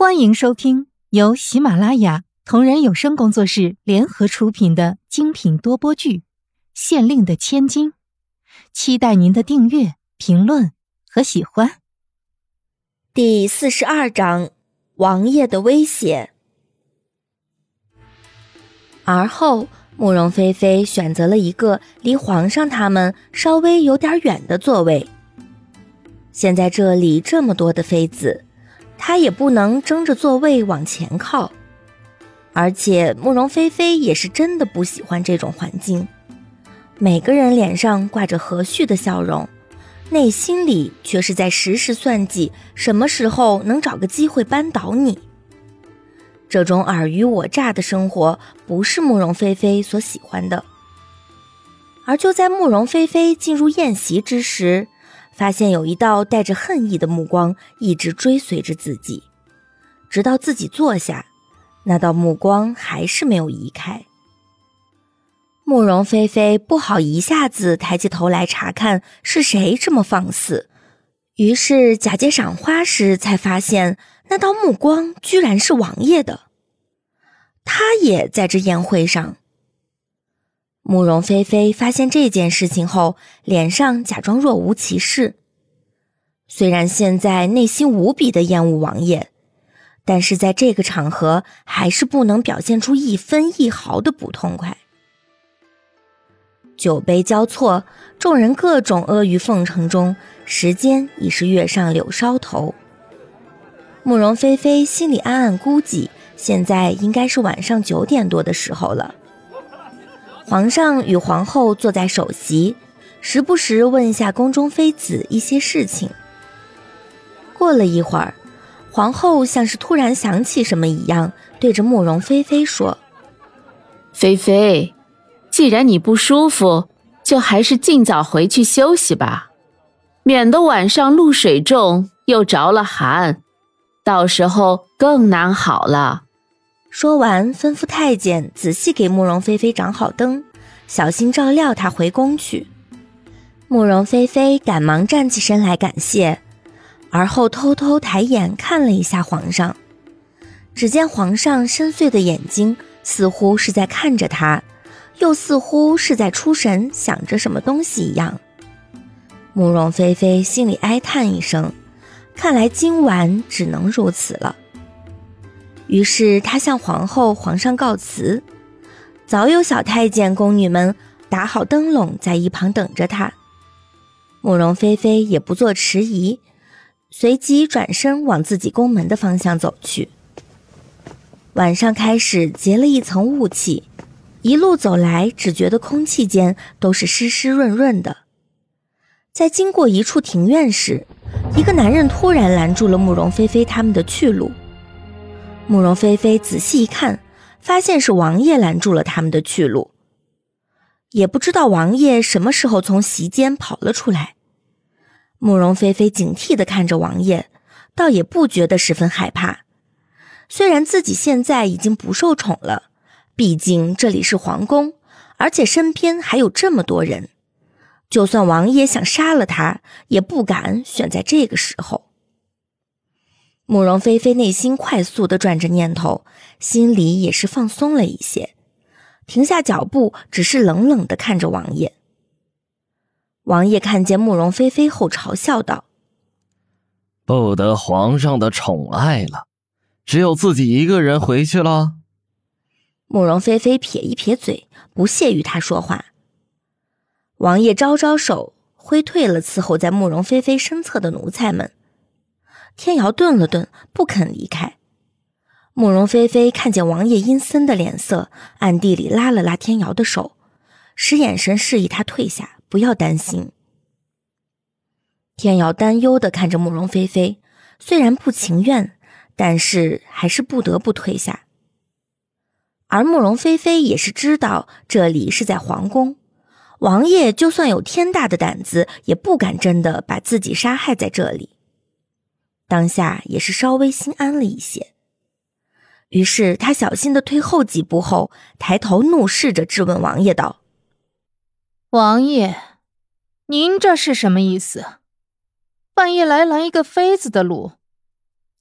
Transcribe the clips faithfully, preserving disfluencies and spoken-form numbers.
欢迎收听由喜马拉雅同人有声工作室联合出品的精品多播剧《县令的千金》，期待您的订阅、评论和喜欢。 第四十二章，王爷的威胁。而后，慕容菲菲选择了一个离皇上他们稍微有点远的座位。现在这里这么多的妃子，她也不能争着座位往前靠。而且慕容菲菲也是真的不喜欢这种环境，每个人脸上挂着和煦的笑容，内心里却是在时时算计什么时候能找个机会扳倒你。这种尔虞我诈的生活不是慕容菲菲所喜欢的。而就在慕容菲菲进入宴席之时，发现有一道带着恨意的目光一直追随着自己，直到自己坐下，那道目光还是没有移开。慕容菲菲不好一下子抬起头来查看是谁这么放肆，于是假借赏花时才发现那道目光居然是王爷的，他也在这宴会上。慕容菲菲发现这件事情后，脸上假装若无其事。虽然现在内心无比的厌恶王爷，但是在这个场合还是不能表现出一分一毫的不痛快。酒杯交错，众人各种阿谀奉承中，时间已是月上柳梢头。慕容菲菲心里暗暗估计，现在应该是晚上九点多的时候了。皇上与皇后坐在首席，时不时问一下宫中妃子一些事情。过了一会儿，皇后像是突然想起什么一样，对着慕容菲菲说： 菲菲，既然你不舒服，就还是尽早回去休息吧，免得晚上露水重又着了寒，到时候更难好了。 说完吩咐太监仔细给慕容菲菲掌好灯，小心照料她回宫去。慕容菲菲赶忙站起身来感谢，而后偷偷抬眼看了一下皇上，只见皇上深邃的眼睛似乎是在看着她，又似乎是在出神想着什么东西一样。慕容菲菲心里哀叹一声，看来今晚只能如此了。于是她向皇后、皇上告辞，早有小太监宫女们打好灯笼在一旁等着她。慕容菲菲也不做迟疑，随即转身往自己宫门的方向走去。晚上开始结了一层雾气，一路走来只觉得空气间都是湿湿润润的。在经过一处庭院时，一个男人突然拦住了慕容菲菲他们的去路。慕容菲菲仔细一看，发现是王爷拦住了他们的去路。也不知道王爷什么时候从席间跑了出来。慕容菲菲警惕地看着王爷，倒也不觉得十分害怕。虽然自己现在已经不受宠了，毕竟这里是皇宫，而且身边还有这么多人，就算王爷想杀了他，也不敢选在这个时候。慕容菲菲内心快速地转着念头，心里也是放松了一些，停下脚步，只是冷冷地看着王爷。王爷看见慕容菲菲后嘲笑道： 不得皇上的宠爱了，只有自己一个人回去了。 慕容菲菲撇一撇嘴，不屑与他说话。王爷招招手，挥退了伺候在慕容菲菲身侧的奴才们。天瑶顿了顿，不肯离开。慕容菲菲看见王爷阴森的脸色，暗地里拉了拉天瑶的手，使眼神示意他退下，不要担心。天瑶担忧地看着慕容菲菲，虽然不情愿，但是还是不得不退下。而慕容菲菲也是知道这里是在皇宫，王爷就算有天大的胆子，也不敢真的把自己杀害在这里。当下也是稍微心安了一些，于是他小心地退后几步后，抬头怒视着质问王爷道： 王爷，您这是什么意思？半夜来拦一个妃子的路，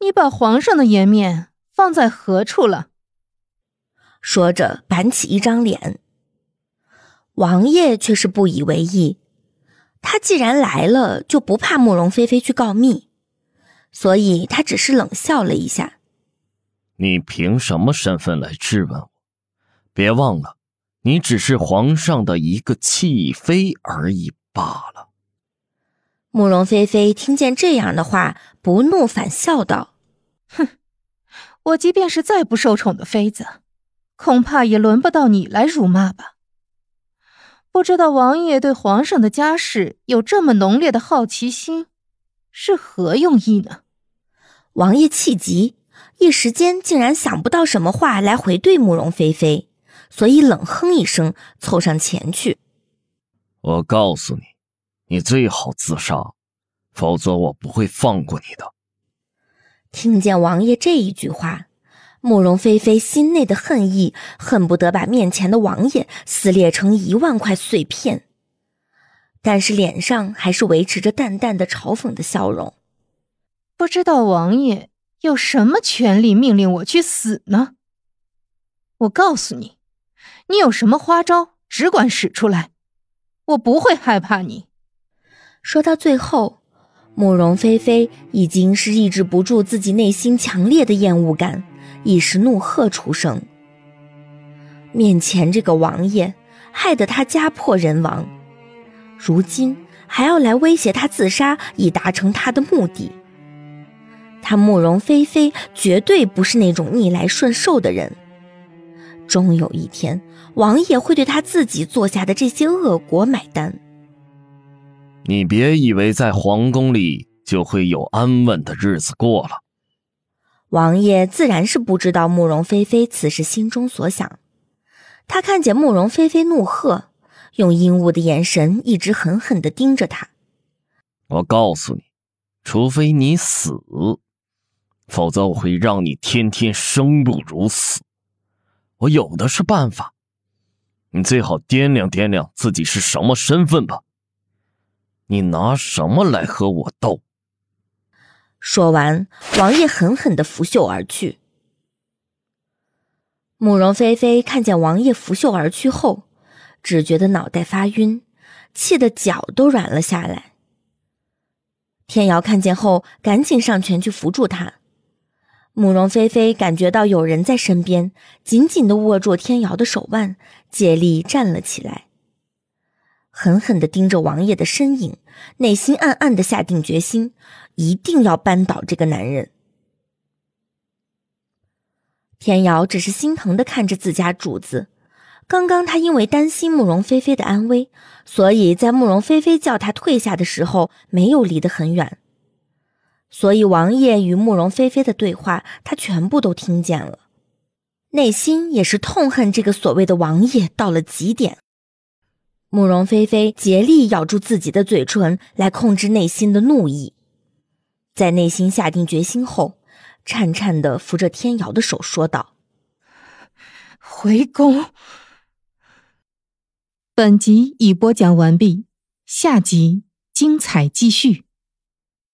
你把皇上的颜面放在何处了？ 说着板起一张脸。王爷却是不以为意，他既然来了，就不怕慕容菲菲去告密，所以他只是冷笑了一下。 你凭什么身份来质问我？别忘了，你只是皇上的一个弃妃而已罢了。 慕容菲菲听见这样的话，不怒反笑道： 哼，我即便是再不受宠的妃子，恐怕也轮不到你来辱骂吧。不知道王爷对皇上的家事有这么浓烈的好奇心，是何用意呢？ 王爷气急，一时间竟然想不到什么话来回对慕容菲菲，所以冷哼一声，凑上前去。 我告诉你，你最好自杀，否则我不会放过你的。 听见王爷这一句话，慕容菲菲心内的恨意恨不得把面前的王爷撕裂成一万块碎片，但是脸上还是维持着淡淡的嘲讽的笑容。 不知道王爷有什么权利命令我去死呢？我告诉你，你有什么花招，只管使出来，我不会害怕你。 说到最后，慕容菲菲已经是抑制不住自己内心强烈的厌恶感，一时怒喝出声。面前这个王爷害得他家破人亡，如今还要来威胁他自杀，以达成他的目的。他慕容菲菲绝对不是那种逆来顺受的人，终有一天王爷会对他自己做下的这些恶果买单。 你别以为在皇宫里就会有安稳的日子过了。 王爷自然是不知道慕容菲菲此时心中所想，他看见慕容菲菲怒喝，用阴雾的眼神一直狠狠地盯着他。 我告诉你，除非你死，否则我会让你天天生不如死。我有的是办法，你最好掂量掂量自己是什么身份吧。你拿什么来和我斗？ 说完，王爷狠狠地拂袖而去。慕容菲菲看见王爷拂袖而去后，只觉得脑袋发晕，气得脚都软了下来。天瑶看见后，赶紧上前去扶住他。慕容菲菲感觉到有人在身边，紧紧地握住天瑶的手腕，借力站了起来，狠狠地盯着王爷的身影，内心暗暗地下定决心，一定要扳倒这个男人。天瑶只是心疼地看着自家主子，刚刚他因为担心慕容菲菲的安危，所以在慕容菲菲叫他退下的时候没有离得很远，所以王爷与慕容菲菲的对话他全部都听见了，内心也是痛恨这个所谓的王爷到了极点。慕容菲菲竭力咬住自己的嘴唇来控制内心的怒意，在内心下定决心后，颤颤地扶着天瑶的手说道： 回宫。本集已播讲完毕，下集精彩继续。